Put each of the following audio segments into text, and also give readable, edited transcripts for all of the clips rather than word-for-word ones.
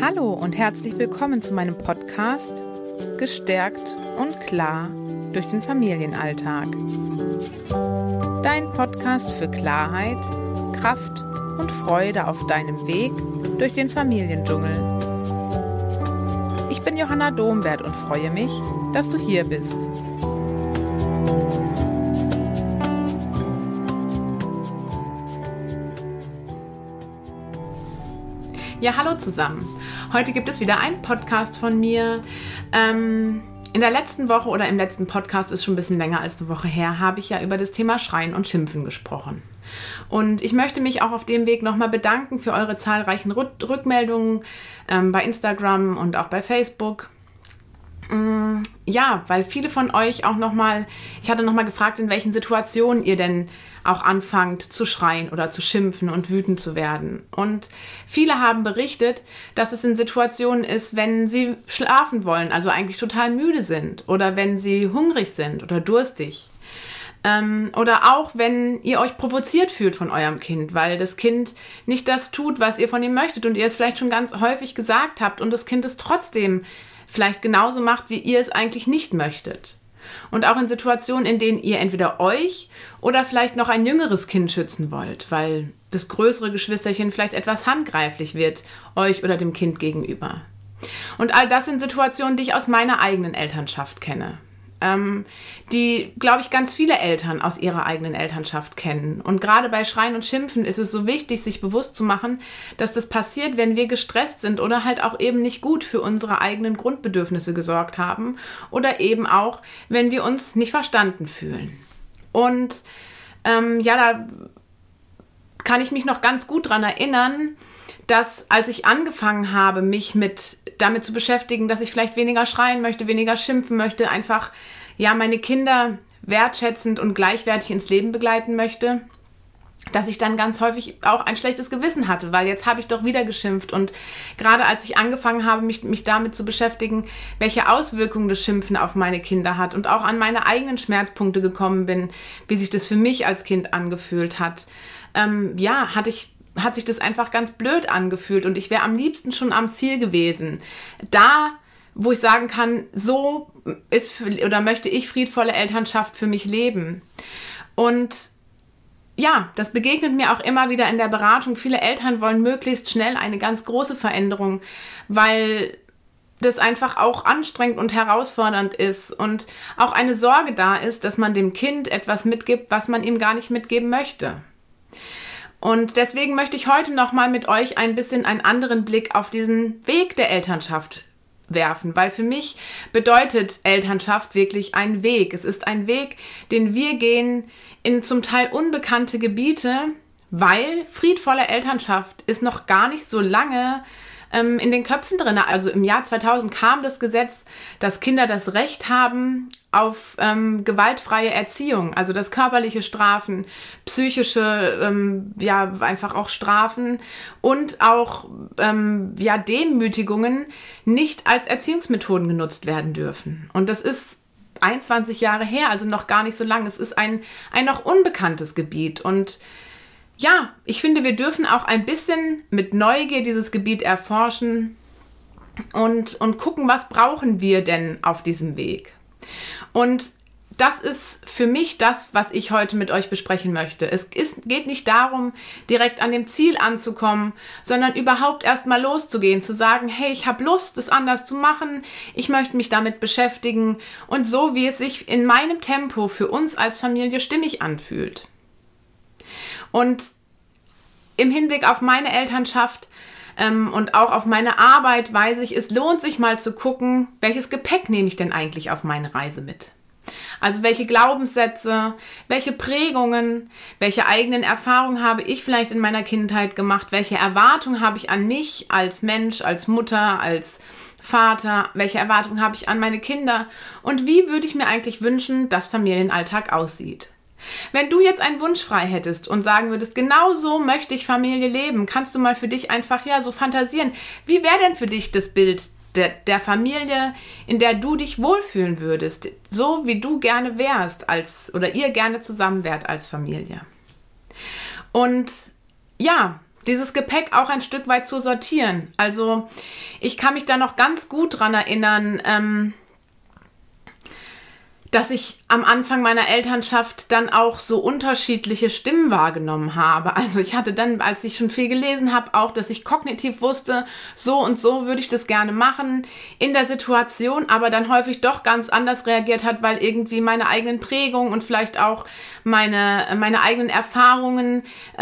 Hallo und herzlich willkommen zu meinem Podcast Gestärkt und klar durch den Familienalltag. Dein Podcast für Klarheit, Kraft und Freude auf deinem Weg durch den Familiendschungel. Ich bin Johanna Domwert und freue mich, dass du hier bist. Ja, hallo zusammen. Heute gibt es wieder einen Podcast von mir. In der letzten Woche oder im letzten Podcast, ist schon ein bisschen länger als eine Woche her, habe ich ja über das Thema Schreien und Schimpfen gesprochen. Und ich möchte mich auch auf dem Weg nochmal bedanken für eure zahlreichen Rückmeldungen bei Instagram und auch bei Facebook. Ja, weil viele von euch auch nochmal, ich hatte nochmal gefragt, in welchen Situationen ihr denn auch anfangt zu schreien oder zu schimpfen und wütend zu werden. Und viele haben berichtet, dass es in Situationen ist, wenn sie schlafen wollen, also eigentlich total müde sind oder wenn sie hungrig sind oder durstig. Oder auch, wenn ihr euch provoziert fühlt von eurem Kind, weil das Kind nicht das tut, was ihr von ihm möchtet und ihr es vielleicht schon ganz häufig gesagt habt und das Kind es trotzdem vielleicht genauso macht, wie ihr es eigentlich nicht möchtet. Und auch in Situationen, in denen ihr entweder euch oder vielleicht noch ein jüngeres Kind schützen wollt, weil das größere Geschwisterchen vielleicht etwas handgreiflich wird, euch oder dem Kind gegenüber. Und all das sind Situationen, die ich aus meiner eigenen Elternschaft kenne. Die, glaube ich, ganz viele Eltern aus ihrer eigenen Elternschaft kennen. Und gerade bei Schreien und Schimpfen ist es so wichtig, sich bewusst zu machen, dass das passiert, wenn wir gestresst sind oder halt auch eben nicht gut für unsere eigenen Grundbedürfnisse gesorgt haben oder eben auch, wenn wir uns nicht verstanden fühlen. Und da kann ich mich noch ganz gut dran erinnern, dass als ich angefangen habe, mich damit zu beschäftigen, dass ich vielleicht weniger schreien möchte, weniger schimpfen möchte, einfach meine Kinder wertschätzend und gleichwertig ins Leben begleiten möchte, dass ich dann ganz häufig auch ein schlechtes Gewissen hatte, weil jetzt habe ich doch wieder geschimpft. Und gerade als ich angefangen habe, mich damit zu beschäftigen, welche Auswirkungen das Schimpfen auf meine Kinder hat und auch an meine eigenen Schmerzpunkte gekommen bin, wie sich das für mich als Kind angefühlt hat, hat sich das einfach ganz blöd angefühlt und ich wäre am liebsten schon am Ziel gewesen. Da, wo ich sagen kann, so möchte ich friedvolle Elternschaft für mich leben. Und ja, das begegnet mir auch immer wieder in der Beratung. Viele Eltern wollen möglichst schnell eine ganz große Veränderung, weil das einfach auch anstrengend und herausfordernd ist und auch eine Sorge da ist, dass man dem Kind etwas mitgibt, was man ihm gar nicht mitgeben möchte. Und deswegen möchte ich heute nochmal mit euch ein bisschen einen anderen Blick auf diesen Weg der Elternschaft werfen, weil für mich bedeutet Elternschaft wirklich ein Weg. Es ist ein Weg, den wir gehen in zum Teil unbekannte Gebiete, weil friedvolle Elternschaft ist noch gar nicht so lange in den Köpfen drin. Also im Jahr 2000 kam das Gesetz, dass Kinder das Recht haben auf gewaltfreie Erziehung, also dass körperliche Strafen, psychische, einfach auch Strafen und auch Demütigungen nicht als Erziehungsmethoden genutzt werden dürfen. Und das ist 21 Jahre her, also noch gar nicht so lang. Es ist ein noch unbekanntes Gebiet und ja, ich finde, wir dürfen auch ein bisschen mit Neugier dieses Gebiet erforschen und gucken, was brauchen wir denn auf diesem Weg. Und das ist für mich das, was ich heute mit euch besprechen möchte. Es geht nicht darum, direkt an dem Ziel anzukommen, sondern überhaupt erst mal loszugehen, zu sagen, hey, ich habe Lust, es anders zu machen, ich möchte mich damit beschäftigen und so, wie es sich in meinem Tempo für uns als Familie stimmig anfühlt. Und im Hinblick auf meine Elternschaft und auch auf meine Arbeit weiß ich, es lohnt sich mal zu gucken, welches Gepäck nehme ich denn eigentlich auf meine Reise mit? Also welche Glaubenssätze, welche Prägungen, welche eigenen Erfahrungen habe ich vielleicht in meiner Kindheit gemacht, welche Erwartungen habe ich an mich als Mensch, als Mutter, als Vater, welche Erwartungen habe ich an meine Kinder und wie würde ich mir eigentlich wünschen, dass Familienalltag aussieht? Wenn du jetzt einen Wunsch frei hättest und sagen würdest, genau so möchte ich Familie leben, kannst du mal für dich einfach so fantasieren. Wie wäre denn für dich das Bild der Familie, in der du dich wohlfühlen würdest, so wie du gerne wärst oder ihr gerne zusammen wärt als Familie? Und ja, dieses Gepäck auch ein Stück weit zu sortieren. Also ich kann mich da noch ganz gut dran erinnern, dass ich am Anfang meiner Elternschaft dann auch so unterschiedliche Stimmen wahrgenommen habe. Also ich hatte dann, als ich schon viel gelesen habe, auch, dass ich kognitiv wusste, so und so würde ich das gerne machen in der Situation, aber dann häufig doch ganz anders reagiert hat, weil irgendwie meine eigenen Prägungen und vielleicht auch meine eigenen Erfahrungen,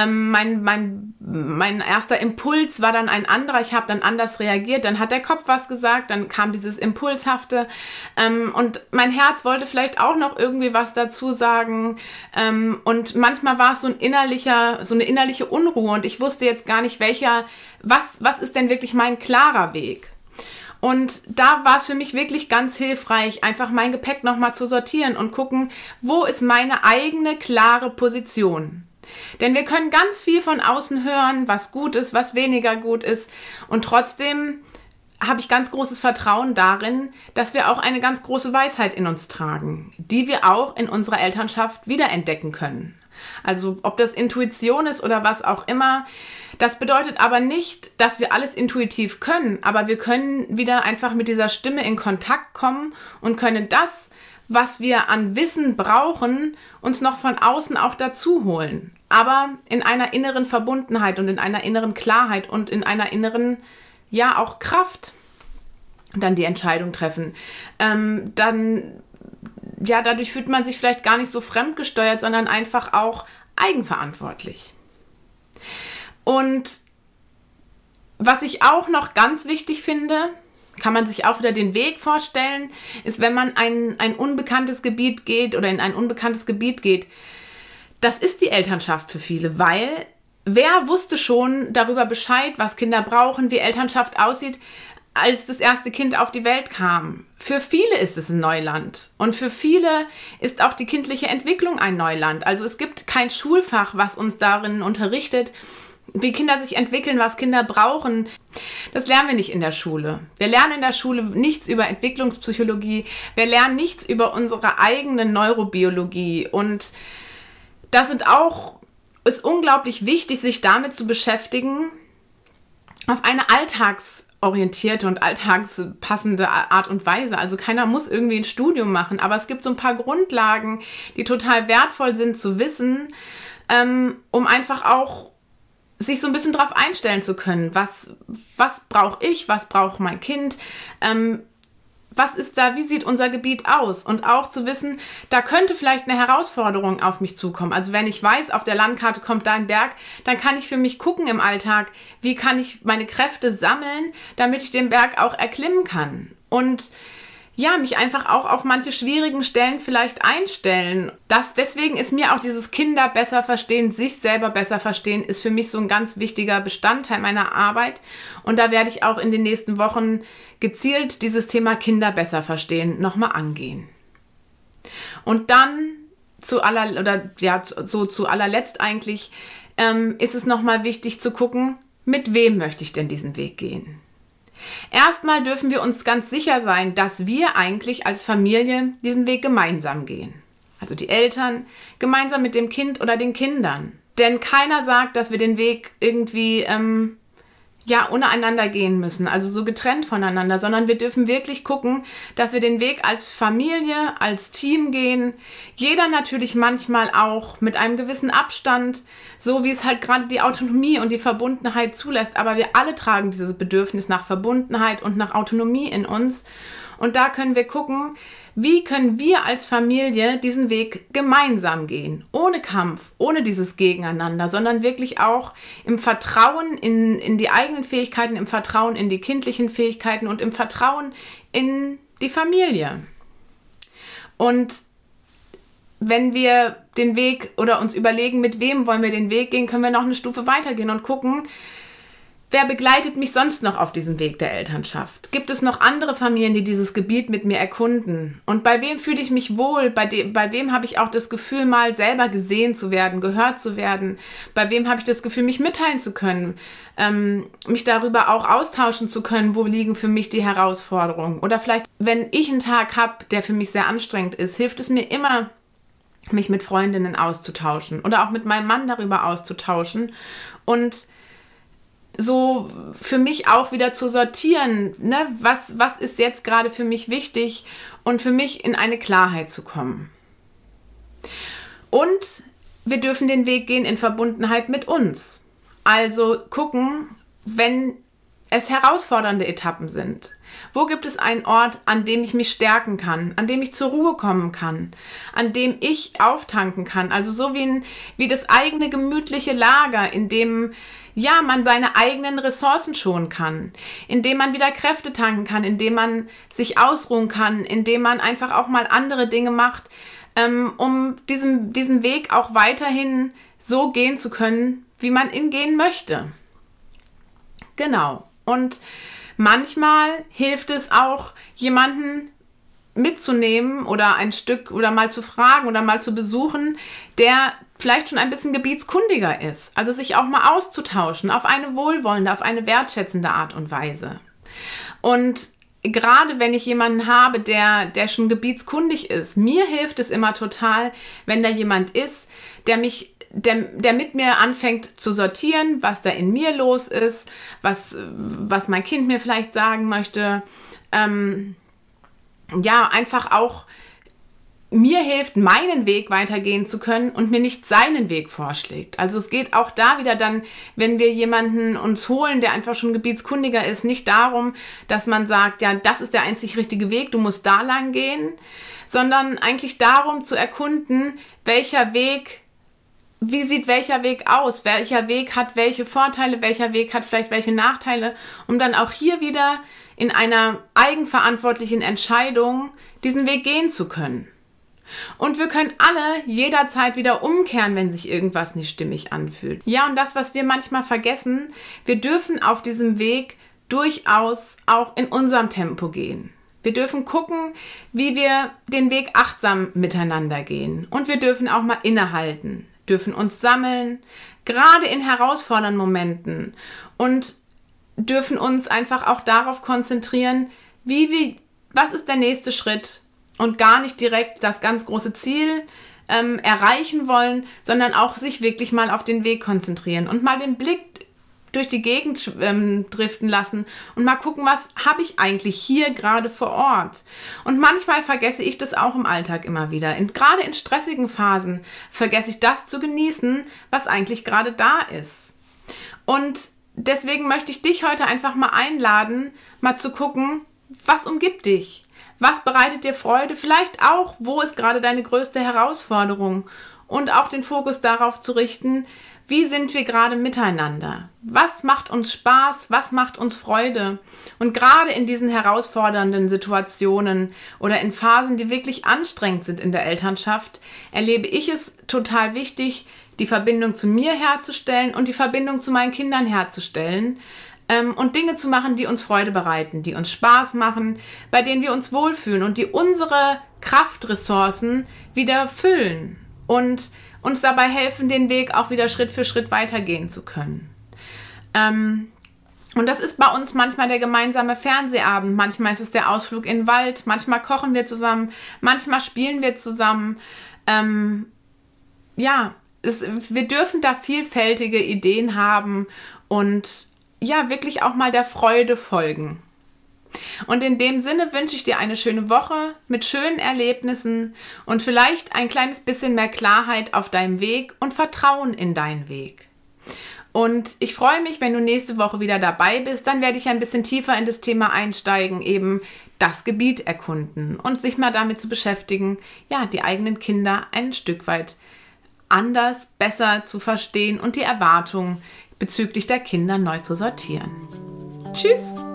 mein erster Impuls war dann ein anderer. Ich habe dann anders reagiert, dann hat der Kopf was gesagt, dann kam dieses Impulshafte und mein Herz wollte vielleicht auch noch irgendwie was dazu sagen und manchmal war es so eine innerliche Unruhe und ich wusste jetzt gar nicht was ist denn wirklich mein klarer Weg? Und da war es für mich wirklich ganz hilfreich, einfach mein Gepäck nochmal zu sortieren und gucken, wo ist meine eigene klare Position? Denn wir können ganz viel von außen hören, was gut ist, was weniger gut ist und trotzdem habe ich ganz großes Vertrauen darin, dass wir auch eine ganz große Weisheit in uns tragen, die wir auch in unserer Elternschaft wiederentdecken können. Also ob das Intuition ist oder was auch immer, das bedeutet aber nicht, dass wir alles intuitiv können, aber wir können wieder einfach mit dieser Stimme in Kontakt kommen und können das, was wir an Wissen brauchen, uns noch von außen auch dazu holen. Aber in einer inneren Verbundenheit und in einer inneren Klarheit und in einer inneren auch Kraft dann die Entscheidung treffen. Dadurch fühlt man sich vielleicht gar nicht so fremdgesteuert, sondern einfach auch eigenverantwortlich. Und was ich auch noch ganz wichtig finde, kann man sich auch wieder den Weg vorstellen, ist, wenn man ein unbekanntes Gebiet geht oder in ein unbekanntes Gebiet geht, das ist die Elternschaft für viele, weil wer wusste schon darüber Bescheid, was Kinder brauchen, wie Elternschaft aussieht, als das erste Kind auf die Welt kam? Für viele ist es ein Neuland und für viele ist auch die kindliche Entwicklung ein Neuland. Also es gibt kein Schulfach, was uns darin unterrichtet, wie Kinder sich entwickeln, was Kinder brauchen. Das lernen wir nicht in der Schule. Wir lernen in der Schule nichts über Entwicklungspsychologie, wir lernen nichts über unsere eigene Neurobiologie und das ist unglaublich wichtig, sich damit zu beschäftigen, auf eine alltagsorientierte und alltagspassende Art und Weise. Also keiner muss irgendwie ein Studium machen, aber es gibt so ein paar Grundlagen, die total wertvoll sind zu wissen, um einfach auch sich so ein bisschen drauf einstellen zu können. Was brauche ich, was braucht mein Kind, was ist da, wie sieht unser Gebiet aus? Und auch zu wissen, da könnte vielleicht eine Herausforderung auf mich zukommen. Also wenn ich weiß, auf der Landkarte kommt da ein Berg, dann kann ich für mich gucken im Alltag, wie kann ich meine Kräfte sammeln, damit ich den Berg auch erklimmen kann. Und mich einfach auch auf manche schwierigen Stellen vielleicht einstellen. Deswegen ist mir auch dieses Kinder besser verstehen, sich selber besser verstehen, ist für mich so ein ganz wichtiger Bestandteil meiner Arbeit. Und da werde ich auch in den nächsten Wochen gezielt dieses Thema Kinder besser verstehen nochmal angehen. Und dann zu allerletzt eigentlich ist es nochmal wichtig zu gucken, mit wem möchte ich denn diesen Weg gehen? Erstmal dürfen wir uns ganz sicher sein, dass wir eigentlich als Familie diesen Weg gemeinsam gehen. Also die Eltern gemeinsam mit dem Kind oder den Kindern. Denn keiner sagt, dass wir den Weg irgendwie ohne einander gehen müssen, also so getrennt voneinander, sondern wir dürfen wirklich gucken, dass wir den Weg als Familie, als Team gehen. Jeder natürlich manchmal auch mit einem gewissen Abstand, so wie es halt gerade die Autonomie und die Verbundenheit zulässt. Aber wir alle tragen dieses Bedürfnis nach Verbundenheit und nach Autonomie in uns. Und da können wir gucken, wie können wir als Familie diesen Weg gemeinsam gehen, ohne Kampf, ohne dieses Gegeneinander, sondern wirklich auch im Vertrauen in die eigenen Fähigkeiten, im Vertrauen in die kindlichen Fähigkeiten und im Vertrauen in die Familie. Und wenn wir den Weg oder uns überlegen, mit wem wollen wir den Weg gehen, können wir noch eine Stufe weitergehen und gucken, wer begleitet mich sonst noch auf diesem Weg der Elternschaft? Gibt es noch andere Familien, die dieses Gebiet mit mir erkunden? Und bei wem fühle ich mich wohl? Bei wem habe ich auch das Gefühl, mal selber gesehen zu werden, gehört zu werden? Bei wem habe ich das Gefühl, mich mitteilen zu können? Mich darüber auch austauschen zu können, wo liegen für mich die Herausforderungen? Oder vielleicht, wenn ich einen Tag habe, der für mich sehr anstrengend ist, hilft es mir immer, mich mit Freundinnen auszutauschen oder auch mit meinem Mann darüber auszutauschen und so für mich auch wieder zu sortieren, ne? Was ist jetzt gerade für mich wichtig und für mich in eine Klarheit zu kommen. Und wir dürfen den Weg gehen in Verbundenheit mit uns. Also gucken, wenn es herausfordernde Etappen sind. Wo gibt es einen Ort, an dem ich mich stärken kann, an dem ich zur Ruhe kommen kann, an dem ich auftanken kann? Also so wie das eigene gemütliche Lager, in dem man seine eigenen Ressourcen schonen kann, in dem man wieder Kräfte tanken kann, in dem man sich ausruhen kann, in dem man einfach auch mal andere Dinge macht, um diesen Weg auch weiterhin so gehen zu können, wie man ihn gehen möchte. Genau. Und manchmal hilft es auch, jemanden mitzunehmen oder ein Stück oder mal zu fragen oder mal zu besuchen, der vielleicht schon ein bisschen gebietskundiger ist. Also sich auch mal auszutauschen auf eine wohlwollende, auf eine wertschätzende Art und Weise. Und gerade wenn ich jemanden habe, der schon gebietskundig ist, mir hilft es immer total, wenn da jemand ist, der mit mir anfängt zu sortieren, was da in mir los ist, was mein Kind mir vielleicht sagen möchte. Einfach auch mir hilft, meinen Weg weitergehen zu können und mir nicht seinen Weg vorschlägt. Also es geht auch da wieder dann, wenn wir jemanden uns holen, der einfach schon gebietskundiger ist, nicht darum, dass man sagt, ja, das ist der einzig richtige Weg, du musst da lang gehen, sondern eigentlich darum zu erkunden, wie sieht welcher Weg aus, welcher Weg hat welche Vorteile, welcher Weg hat vielleicht welche Nachteile, um dann auch hier wieder in einer eigenverantwortlichen Entscheidung diesen Weg gehen zu können. Und wir können alle jederzeit wieder umkehren, wenn sich irgendwas nicht stimmig anfühlt. Ja, und das, was wir manchmal vergessen, wir dürfen auf diesem Weg durchaus auch in unserem Tempo gehen. Wir dürfen gucken, wie wir den Weg achtsam miteinander gehen. Und wir dürfen auch mal innehalten, dürfen uns sammeln, gerade in herausfordernden Momenten, und dürfen uns einfach auch darauf konzentrieren, was ist der nächste Schritt, und gar nicht direkt das ganz große Ziel erreichen wollen, sondern auch sich wirklich mal auf den Weg konzentrieren und mal den Blick durch die Gegend driften lassen und mal gucken, was habe ich eigentlich hier gerade vor Ort. Und manchmal vergesse ich das auch im Alltag immer wieder. Gerade in stressigen Phasen vergesse ich das zu genießen, was eigentlich gerade da ist. Und deswegen möchte ich dich heute einfach mal einladen, mal zu gucken, was umgibt dich? Was bereitet dir Freude? Vielleicht auch, wo ist gerade deine größte Herausforderung? Und auch den Fokus darauf zu richten, wie sind wir gerade miteinander? Was macht uns Spaß? Was macht uns Freude? Und gerade in diesen herausfordernden Situationen oder in Phasen, die wirklich anstrengend sind in der Elternschaft, erlebe ich es total wichtig, die Verbindung zu mir herzustellen und die Verbindung zu meinen Kindern herzustellen. Und Dinge zu machen, die uns Freude bereiten, die uns Spaß machen, bei denen wir uns wohlfühlen und die unsere Kraftressourcen wieder füllen und uns dabei helfen, den Weg auch wieder Schritt für Schritt weitergehen zu können. Und das ist bei uns manchmal der gemeinsame Fernsehabend, manchmal ist es der Ausflug in den Wald, manchmal kochen wir zusammen, manchmal spielen wir zusammen. Wir dürfen da vielfältige Ideen haben und wirklich auch mal der Freude folgen. Und in dem Sinne wünsche ich dir eine schöne Woche mit schönen Erlebnissen und vielleicht ein kleines bisschen mehr Klarheit auf deinem Weg und Vertrauen in deinen Weg. Und ich freue mich, wenn du nächste Woche wieder dabei bist. Dann werde ich ein bisschen tiefer in das Thema einsteigen, eben das Gebiet erkunden und sich mal damit zu beschäftigen, die eigenen Kinder ein Stück weit anders, besser zu verstehen und die Erwartungen bezüglich der Kinder neu zu sortieren. Tschüss!